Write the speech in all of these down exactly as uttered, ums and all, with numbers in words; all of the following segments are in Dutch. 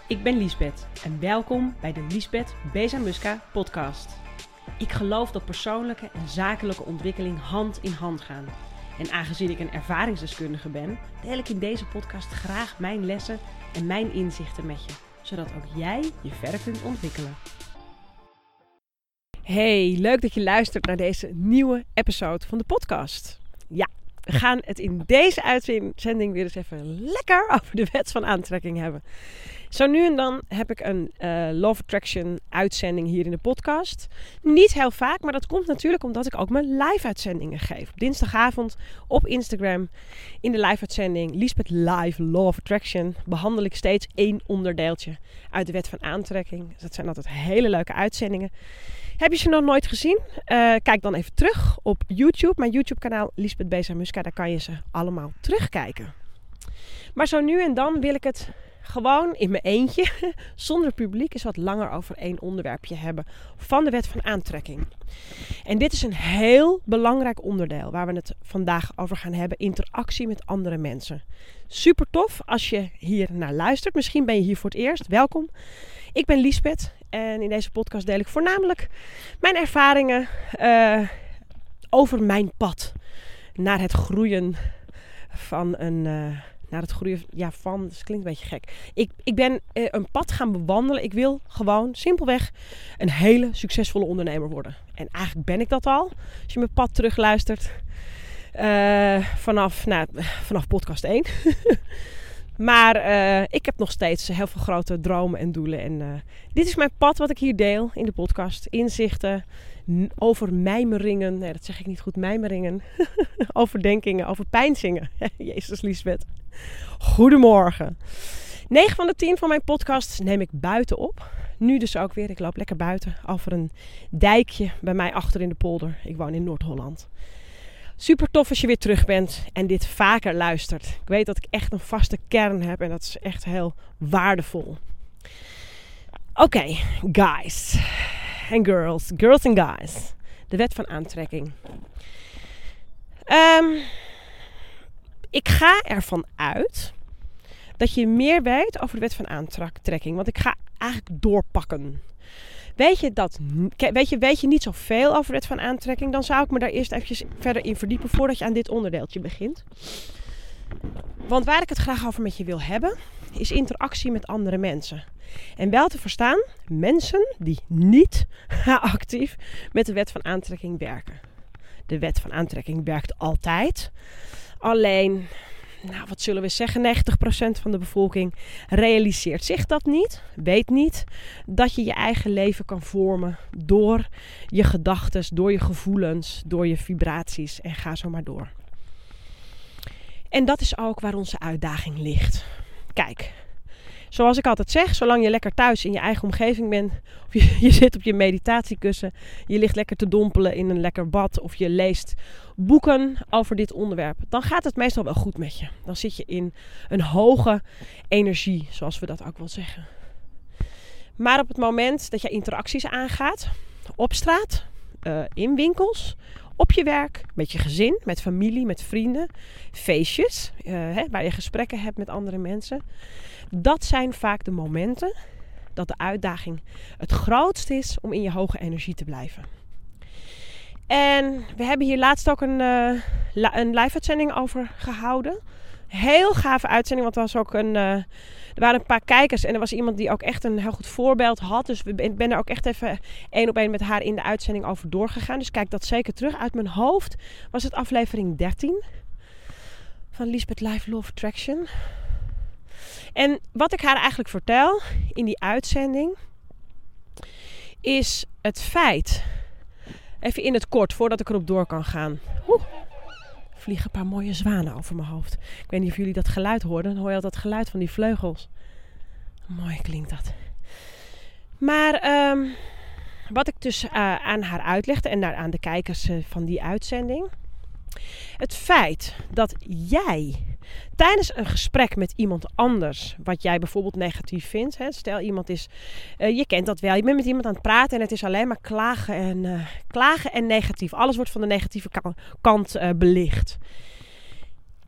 Ik ben Liesbeth en welkom bij de Liesbeth Bezamuska podcast. Ik geloof dat persoonlijke en zakelijke ontwikkeling hand in hand gaan. En aangezien ik een ervaringsdeskundige ben, deel ik in deze podcast graag mijn lessen en mijn inzichten met je. Zodat ook jij je verder kunt ontwikkelen. Hey, leuk dat je luistert naar deze nieuwe episode van de podcast. Ja, we gaan het in deze uitzending weer eens even lekker over de wet van aantrekking hebben. Zo nu en dan heb ik een uh, Law of Attraction uitzending hier in de podcast. Niet heel vaak, maar dat komt natuurlijk omdat ik ook mijn live uitzendingen geef. Op dinsdagavond op Instagram in de live uitzending Liesbeth Live Law of Attraction behandel ik steeds één onderdeeltje uit de wet van aantrekking. Dus dat zijn altijd hele leuke uitzendingen. Heb je ze nog nooit gezien? Uh, kijk dan even terug op YouTube. Mijn YouTube kanaal Liesbeth Bezamuska, daar kan je ze allemaal terugkijken. Maar zo nu en dan wil ik het gewoon in mijn eentje, zonder publiek, eens wat langer over één onderwerpje hebben van de wet van aantrekking. En dit is een heel belangrijk onderdeel waar we het vandaag over gaan hebben. Interactie met andere mensen. Super tof als je hier naar luistert. Misschien ben je hier voor het eerst. Welkom. Ik ben Liesbeth en in deze podcast deel ik voornamelijk mijn ervaringen uh, over mijn pad naar het groeien van een... Uh, naar het groeien ja, van, dat klinkt een beetje gek. Ik, ik ben uh, een pad gaan bewandelen. Ik wil gewoon simpelweg een hele succesvolle ondernemer worden. En eigenlijk ben ik dat al. Als je mijn pad terugluistert. Uh, vanaf, nou, vanaf podcast één. Maar uh, ik heb nog steeds heel veel grote dromen en doelen. En uh, dit is mijn pad wat ik hier deel in de podcast. Inzichten over mijmeringen. Nee, dat zeg ik niet goed. Mijmeringen. Overdenkingen, over peinzingen. Jezus, Liesbeth. Goedemorgen. negen van de tien van mijn podcasts neem ik buiten op. Nu dus ook weer. Ik loop lekker buiten over een dijkje bij mij achter in de polder. Ik woon in Noord-Holland. Super tof als je weer terug bent en dit vaker luistert. Ik weet dat ik echt een vaste kern heb en dat is echt heel waardevol. Oké, okay, guys en girls. Girls en guys. De wet van aantrekking. Um, ik ga ervan uit dat je meer weet over de wet van aantrekking. Want ik ga eigenlijk doorpakken. Weet je, dat, weet, je, weet je niet zoveel over de wet van aantrekking, dan zou ik me daar eerst eventjes verder in verdiepen voordat je aan dit onderdeeltje begint. Want waar ik het graag over met je wil hebben, is interactie met andere mensen. En wel te verstaan, mensen die niet actief met de wet van aantrekking werken. De wet van aantrekking werkt altijd. Alleen, nou wat zullen we zeggen, negentig procent van de bevolking realiseert zich dat niet. Weet niet dat je je eigen leven kan vormen door je gedachten, door je gevoelens, door je vibraties en ga zo maar door. En dat is ook waar onze uitdaging ligt. Kijk, zoals ik altijd zeg, zolang je lekker thuis in je eigen omgeving bent, of je, je zit op je meditatiekussen, je ligt lekker te dompelen in een lekker bad of je leest boeken over dit onderwerp, dan gaat het meestal wel goed met je. Dan zit je in een hoge energie, zoals we dat ook wel zeggen. Maar op het moment dat je interacties aangaat, op straat, uh, in winkels, op je werk, met je gezin, met familie, met vrienden, feestjes, uh, hè, waar je gesprekken hebt met andere mensen. Dat zijn vaak de momenten dat de uitdaging het grootst is om in je hoge energie te blijven. En we hebben hier laatst ook een, uh, een live uitzending over gehouden. Heel gave uitzending, want er was ook een, uh, er waren een paar kijkers en er was iemand die ook echt een heel goed voorbeeld had. Dus ik ben er ook echt even één op één met haar in de uitzending over doorgegaan. Dus kijk dat zeker terug. Uit mijn hoofd was het aflevering dertien van Liesbeth Live Law of Attraction. En wat ik haar eigenlijk vertel in die uitzending is het feit, even in het kort voordat ik erop door kan gaan. Oeh, er vliegen een paar mooie zwanen over mijn hoofd. Ik weet niet of jullie dat geluid hoorden. Dan hoor je altijd dat geluid van die vleugels. Mooi klinkt dat. Maar um, wat ik dus uh, aan haar uitlegde en aan de kijkers uh, van die uitzending. Het feit dat jij tijdens een gesprek met iemand anders, wat jij bijvoorbeeld negatief vindt. Hè, stel iemand is, uh, je kent dat wel, je bent met iemand aan het praten en het is alleen maar klagen en, uh, klagen en negatief. Alles wordt van de negatieve kant uh, belicht.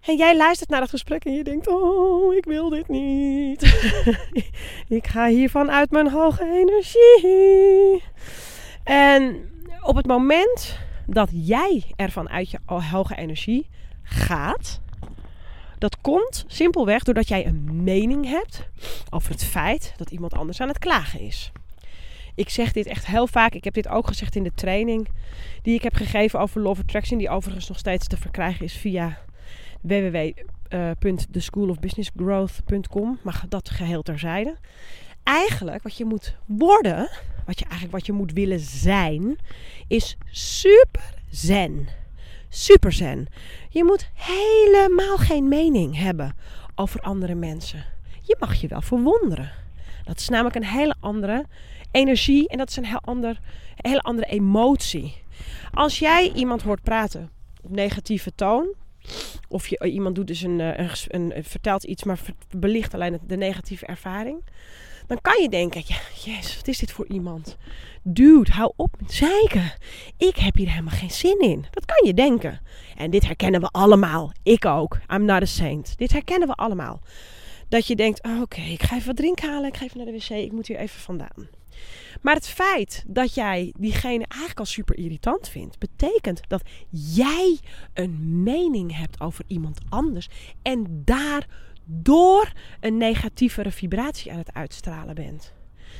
En jij luistert naar dat gesprek en je denkt, oh, ik wil dit niet. Ik ga hiervan uit mijn hoge energie. En op het moment dat jij ervan uit je hoge energie gaat, dat komt simpelweg doordat jij een mening hebt over het feit dat iemand anders aan het klagen is. Ik zeg dit echt heel vaak. Ik heb dit ook gezegd in de training die ik heb gegeven over Law of Attraction, die overigens nog steeds te verkrijgen is via w w w punt the school of business growth punt com. Maar dat geheel terzijde. Eigenlijk wat je moet worden, wat je eigenlijk wat je moet willen zijn, is super zen. Super zen. Je moet helemaal geen mening hebben over andere mensen. Je mag je wel verwonderen. Dat is namelijk een hele andere energie en dat is een heel ander, een hele andere emotie. Als jij iemand hoort praten op negatieve toon, of je, iemand doet dus een, een, een, een vertelt iets, maar belicht alleen de negatieve ervaring, dan kan je denken, ja, jezus, wat is dit voor iemand? Dude, hou op met zeiken. Ik heb hier helemaal geen zin in. Dat kan je denken. En dit herkennen we allemaal. Ik ook. I'm not a saint. Dit herkennen we allemaal. Dat je denkt, oh, oké, okay, ik ga even wat drinken halen. Ik ga even naar de wc. Ik moet hier even vandaan. Maar het feit dat jij diegene eigenlijk al super irritant vindt, betekent dat jij een mening hebt over iemand anders en daardoor een negatievere vibratie aan het uitstralen bent.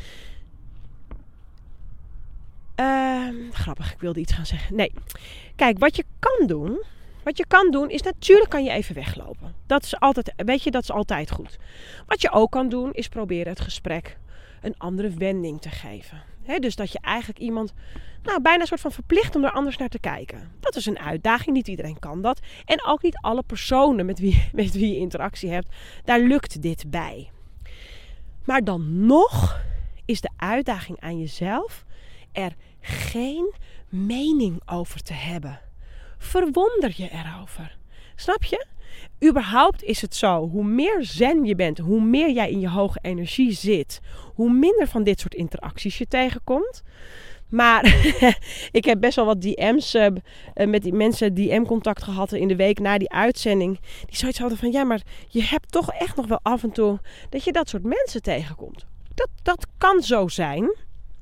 Uh, grappig, ik wilde iets gaan zeggen. Nee, kijk, wat je kan doen, wat je kan doen is natuurlijk kan je even weglopen. Dat is altijd, weet je, dat is altijd goed. Wat je ook kan doen is proberen het gesprek een andere wending te geven. He, dus dat je eigenlijk iemand nou, bijna een soort van verplicht om er anders naar te kijken. Dat is een uitdaging, niet iedereen kan dat. En ook niet alle personen met wie, met wie je interactie hebt, daar lukt dit bij. Maar dan nog is de uitdaging aan jezelf er geen mening over te hebben. Verwonder je erover. Snap je? Überhaupt is het zo, hoe meer zen je bent, hoe meer jij in je hoge energie zit, hoe minder van dit soort interacties je tegenkomt. Maar ik heb best wel wat D M's uh, met die mensen D M-contact gehad in de week na die uitzending. Die zoiets hadden van, ja, maar je hebt toch echt nog wel af en toe dat je dat soort mensen tegenkomt. Dat, dat kan zo zijn.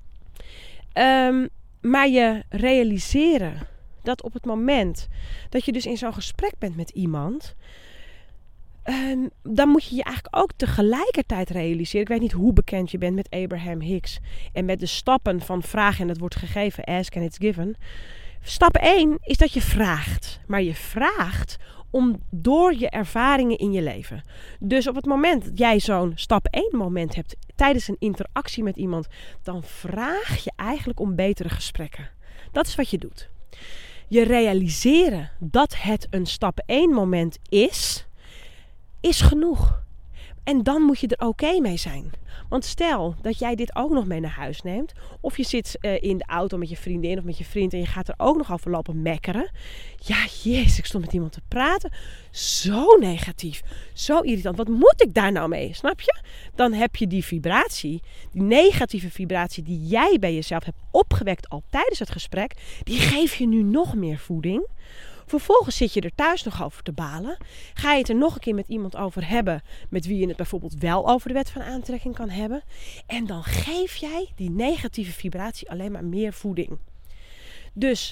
Um, maar je realiseren dat op het moment dat je dus in zo'n gesprek bent met iemand, Um, dan moet je je eigenlijk ook tegelijkertijd realiseren. Ik weet niet hoe bekend je bent met Abraham Hicks en met de stappen van vragen en het wordt gegeven, ask and it's given. Stap één is dat je vraagt. Maar je vraagt om door je ervaringen in je leven. Dus op het moment dat jij zo'n stap één moment hebt tijdens een interactie met iemand, dan vraag je eigenlijk om betere gesprekken. Dat is wat je doet. Je realiseren dat het een stap één moment is, is genoeg. En dan moet je er oké mee zijn. Want stel dat jij dit ook nog mee naar huis neemt. Of je zit uh, in de auto met je vriendin of met je vriend en je gaat er ook nog over lopen mekkeren. Ja, jezus, ik stond met iemand te praten. Zo negatief. Zo irritant. Wat moet ik daar nou mee? Snap je? Dan heb je die vibratie, die negatieve vibratie die jij bij jezelf hebt opgewekt al tijdens het gesprek. Die geef je nu nog meer voeding. Vervolgens zit je er thuis nog over te balen. Ga je het er nog een keer met iemand over hebben met wie je het bijvoorbeeld wel over de wet van aantrekking kan hebben. En dan geef jij die negatieve vibratie alleen maar meer voeding. Dus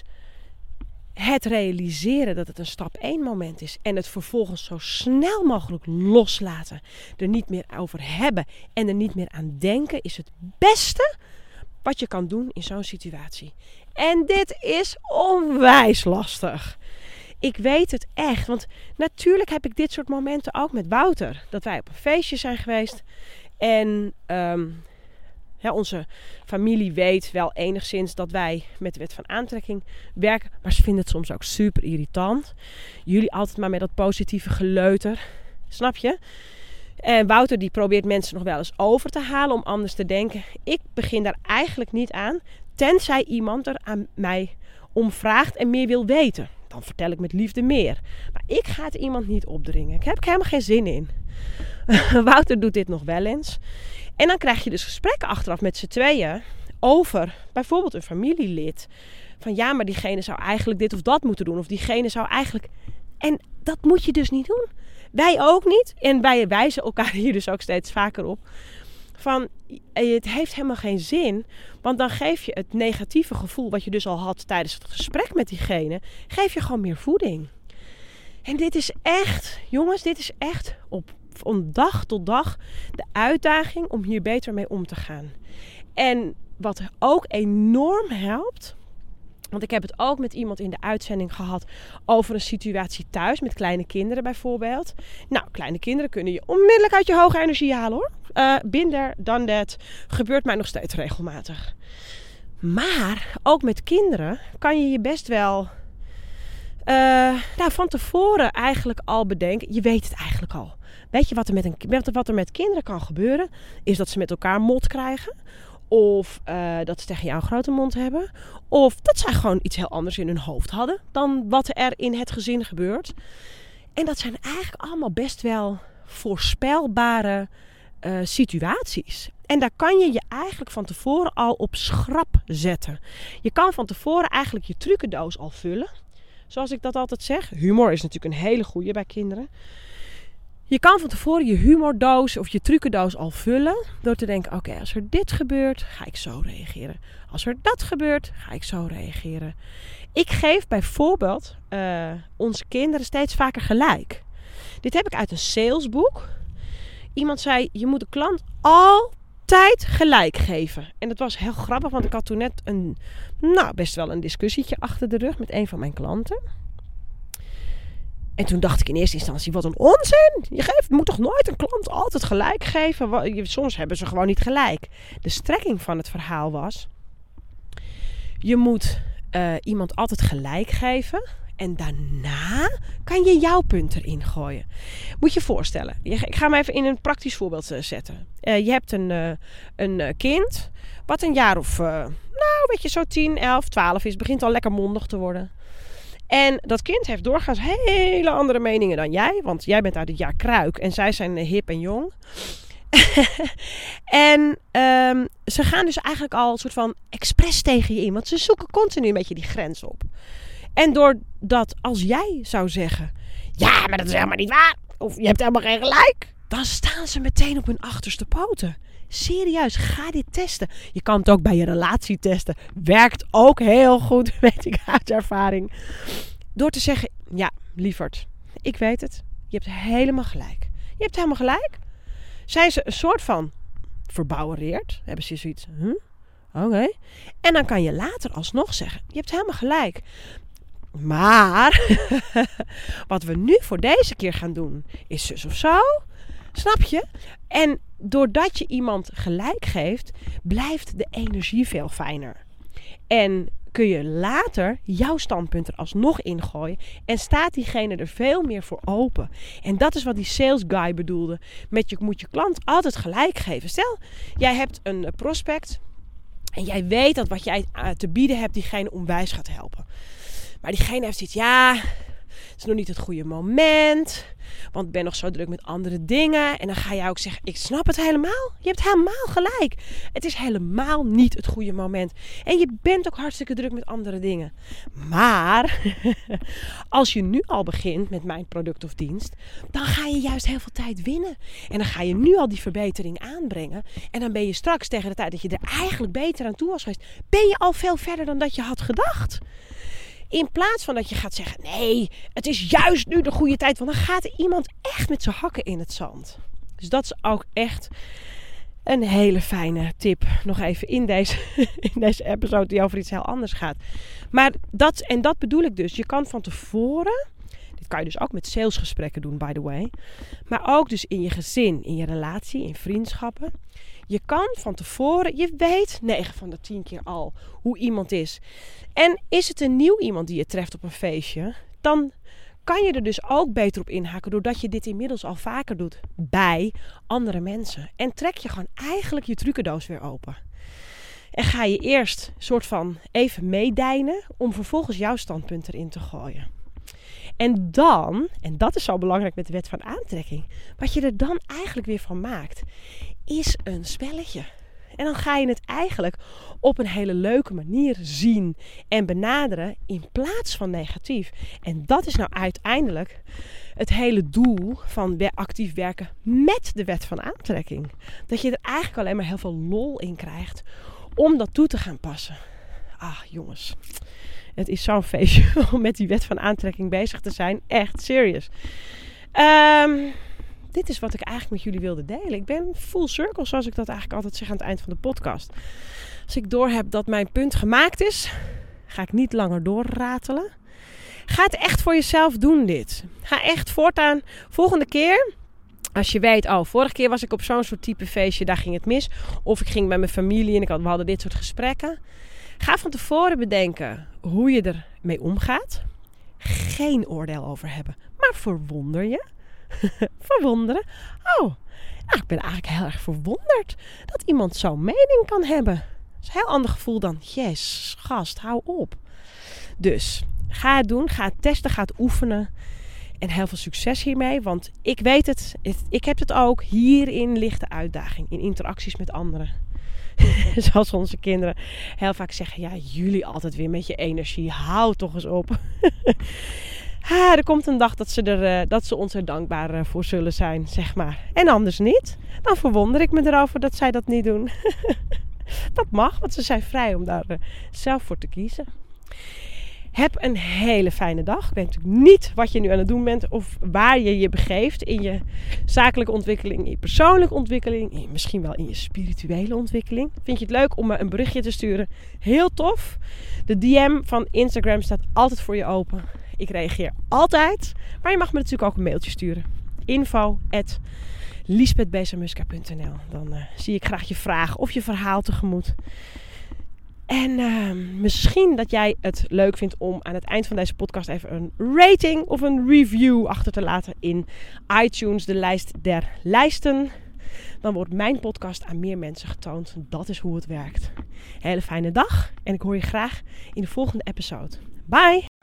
het realiseren dat het een stap één moment is en het vervolgens zo snel mogelijk loslaten, er niet meer over hebben en er niet meer aan denken, is het beste wat je kan doen in zo'n situatie. En dit is onwijs lastig. Ik weet het echt, want natuurlijk heb ik dit soort momenten ook met Wouter. Dat wij op een feestje zijn geweest en um, ja, onze familie weet wel enigszins dat wij met de wet van aantrekking werken. Maar ze vinden het soms ook super irritant. Jullie altijd maar met dat positieve geleuter, snap je? En Wouter die probeert mensen nog wel eens over te halen om anders te denken. Ik begin daar eigenlijk niet aan, tenzij iemand er aan mij om vraagt en meer wil weten. Dan vertel ik met liefde meer. Maar ik ga het iemand niet opdringen. Ik heb er helemaal geen zin in. Wouter doet dit nog wel eens. En dan krijg je dus gesprekken achteraf met z'n tweeën over bijvoorbeeld een familielid. Van ja, maar diegene zou eigenlijk dit of dat moeten doen. Of diegene zou eigenlijk En dat moet je dus niet doen. Wij ook niet. En wij wijzen elkaar hier dus ook steeds vaker op. Van, het heeft helemaal geen zin. Want dan geef je het negatieve gevoel wat je dus al had tijdens het gesprek met diegene. Geef je gewoon meer voeding. En dit is echt, jongens, dit is echt op, van dag tot dag de uitdaging om hier beter mee om te gaan. En wat ook enorm helpt. Want ik heb het ook met iemand in de uitzending gehad over een situatie thuis met kleine kinderen bijvoorbeeld. Nou, kleine kinderen kunnen je onmiddellijk uit je hoge energie halen hoor. Uh, binder dan dat gebeurt mij nog steeds regelmatig. Maar ook met kinderen kan je je best wel uh, nou, van tevoren eigenlijk al bedenken. Je weet het eigenlijk al. Weet je wat er met, een, wat er met kinderen kan gebeuren? Is dat ze met elkaar mot krijgen. Of uh, dat ze tegen jou een grote mond hebben. Of dat zij gewoon iets heel anders in hun hoofd hadden dan wat er in het gezin gebeurt. En dat zijn eigenlijk allemaal best wel voorspelbare uh, situaties. En daar kan je je eigenlijk van tevoren al op schrap zetten. Je kan van tevoren eigenlijk je trucendoos al vullen. Zoals ik dat altijd zeg. Humor is natuurlijk een hele goeie bij kinderen. Je kan van tevoren je humordoos of je trucendoos al vullen door te denken, oké, okay, als er dit gebeurt, ga ik zo reageren. Als er dat gebeurt, ga ik zo reageren. Ik geef bijvoorbeeld uh, onze kinderen steeds vaker gelijk. Dit heb ik uit een salesboek. Iemand zei, je moet de klant altijd gelijk geven. En dat was heel grappig, want ik had toen net een, nou, best wel een discussietje achter de rug met een van mijn klanten. En toen dacht ik in eerste instantie, wat een onzin. Je geeft, moet toch nooit een klant altijd gelijk geven? Soms hebben ze gewoon niet gelijk. De strekking van het verhaal was, je moet uh, iemand altijd gelijk geven. En daarna kan je jouw punt erin gooien. Moet je je voorstellen. Ik ga me even in een praktisch voorbeeld zetten. Uh, je hebt een, uh, een kind wat een jaar of, uh, nou weet je, zo tien, elf, twaalf is. Begint al lekker mondig te worden. En dat kind heeft doorgaans hele andere meningen dan jij. Want jij bent uit het jaar kruik en zij zijn hip en jong. en um, ze gaan dus eigenlijk al een soort van expres tegen je in. Want ze zoeken continu een beetje die grens op. En doordat als jij zou zeggen, ja, maar dat is helemaal niet waar. Of je hebt helemaal geen gelijk. Dan staan ze meteen op hun achterste poten. Serieus, ga dit testen. Je kan het ook bij je relatie testen. Werkt ook heel goed, weet ik uit ervaring. Door te zeggen, ja, lieverd, ik weet het. Je hebt helemaal gelijk. Je hebt helemaal gelijk. Zijn ze een soort van verbouwereerd? Hebben ze zoiets, huh? Oké. Okay. En dan kan je later alsnog zeggen, je hebt helemaal gelijk. Maar, wat we nu voor deze keer gaan doen, is zus of zo. Snap je? En doordat je iemand gelijk geeft, blijft de energie veel fijner. En kun je later jouw standpunt er alsnog ingooien. En staat diegene er veel meer voor open. En dat is wat die sales guy bedoelde. Met je moet je klant altijd gelijk geven. Stel, jij hebt een prospect. En jij weet dat wat jij te bieden hebt, diegene onwijs gaat helpen. Maar diegene heeft zoiets, ja, het is nog niet het goede moment. Want ik ben nog zo druk met andere dingen. En dan ga jij ook zeggen, ik snap het helemaal. Je hebt helemaal gelijk. Het is helemaal niet het goede moment. En je bent ook hartstikke druk met andere dingen. Maar als je nu al begint met mijn product of dienst, dan ga je juist heel veel tijd winnen. En dan ga je nu al die verbetering aanbrengen. En dan ben je straks tegen de tijd dat je er eigenlijk beter aan toe was geweest, ben je al veel verder dan dat je had gedacht. In plaats van dat je gaat zeggen, nee, het is juist nu de goede tijd. Want dan gaat er iemand echt met zijn hakken in het zand. Dus dat is ook echt een hele fijne tip. Nog even in deze, in deze episode die over iets heel anders gaat. Maar dat, en dat bedoel ik dus. Je kan van tevoren, dit kan je dus ook met salesgesprekken doen, by the way. Maar ook dus in je gezin, in je relatie, in vriendschappen. Je kan van tevoren, je weet negen van de tien keer al hoe iemand is. En is het een nieuw iemand die je treft op een feestje, dan kan je er dus ook beter op inhaken doordat je dit inmiddels al vaker doet bij andere mensen. En trek je gewoon eigenlijk je trucendoos weer open. En ga je eerst soort van even meedijnen om vervolgens jouw standpunt erin te gooien. En dan, en dat is zo belangrijk met de wet van aantrekking, wat je er dan eigenlijk weer van maakt, is een spelletje. En dan ga je het eigenlijk op een hele leuke manier zien en benaderen in plaats van negatief. En dat is nou uiteindelijk het hele doel van actief werken met de wet van aantrekking. Dat je er eigenlijk alleen maar heel veel lol in krijgt om dat toe te gaan passen. Ah, jongens. Het is zo'n feestje om met die wet van aantrekking bezig te zijn. Echt serious. Um, dit is wat ik eigenlijk met jullie wilde delen. Ik ben full circle, zoals ik dat eigenlijk altijd zeg aan het eind van de podcast. Als ik doorheb dat mijn punt gemaakt is, ga ik niet langer doorratelen. Ga het echt voor jezelf doen, dit. Ga echt voortaan, volgende keer, als je weet, oh, vorige keer was ik op zo'n soort type feestje, daar ging het mis. Of ik ging met mijn familie en ik had, we hadden dit soort gesprekken. Ga van tevoren bedenken hoe je ermee omgaat. Geen oordeel over hebben, maar verwonder je. Verwonderen. Oh, nou, ik ben eigenlijk heel erg verwonderd dat iemand zo'n mening kan hebben. Dat is een heel ander gevoel dan, yes, gast, hou op. Dus, ga het doen, ga het testen, ga het oefenen. En heel veel succes hiermee, want ik weet het, ik heb het ook. Hierin ligt de uitdaging, in interacties met anderen. Zoals onze kinderen heel vaak zeggen, ja, jullie altijd weer met je energie, hou toch eens op. Ha, er komt een dag dat ze, er, uh, dat ze ons er dankbaar uh, voor zullen zijn, zeg maar. En anders niet. Dan verwonder ik me erover dat zij dat niet doen. Dat mag, want ze zijn vrij om daar uh, zelf voor te kiezen. Heb een hele fijne dag. Ik weet natuurlijk niet wat je nu aan het doen bent of waar je je begeeft in je zakelijke ontwikkeling, in je persoonlijke ontwikkeling, in, misschien wel in je spirituele ontwikkeling. Vind je het leuk om me een berichtje te sturen? Heel tof. De D M van Instagram staat altijd voor je open. Ik reageer altijd, maar je mag me natuurlijk ook een mailtje sturen. info at liesbeth bezamuska punt n l. Dan uh, zie ik graag je vraag of je verhaal tegemoet. En uh, misschien dat jij het leuk vindt om aan het eind van deze podcast even een rating of een review achter te laten in iTunes, de lijst der lijsten. Dan wordt mijn podcast aan meer mensen getoond. Dat is hoe het werkt. Hele fijne dag en ik hoor je graag in de volgende episode. Bye!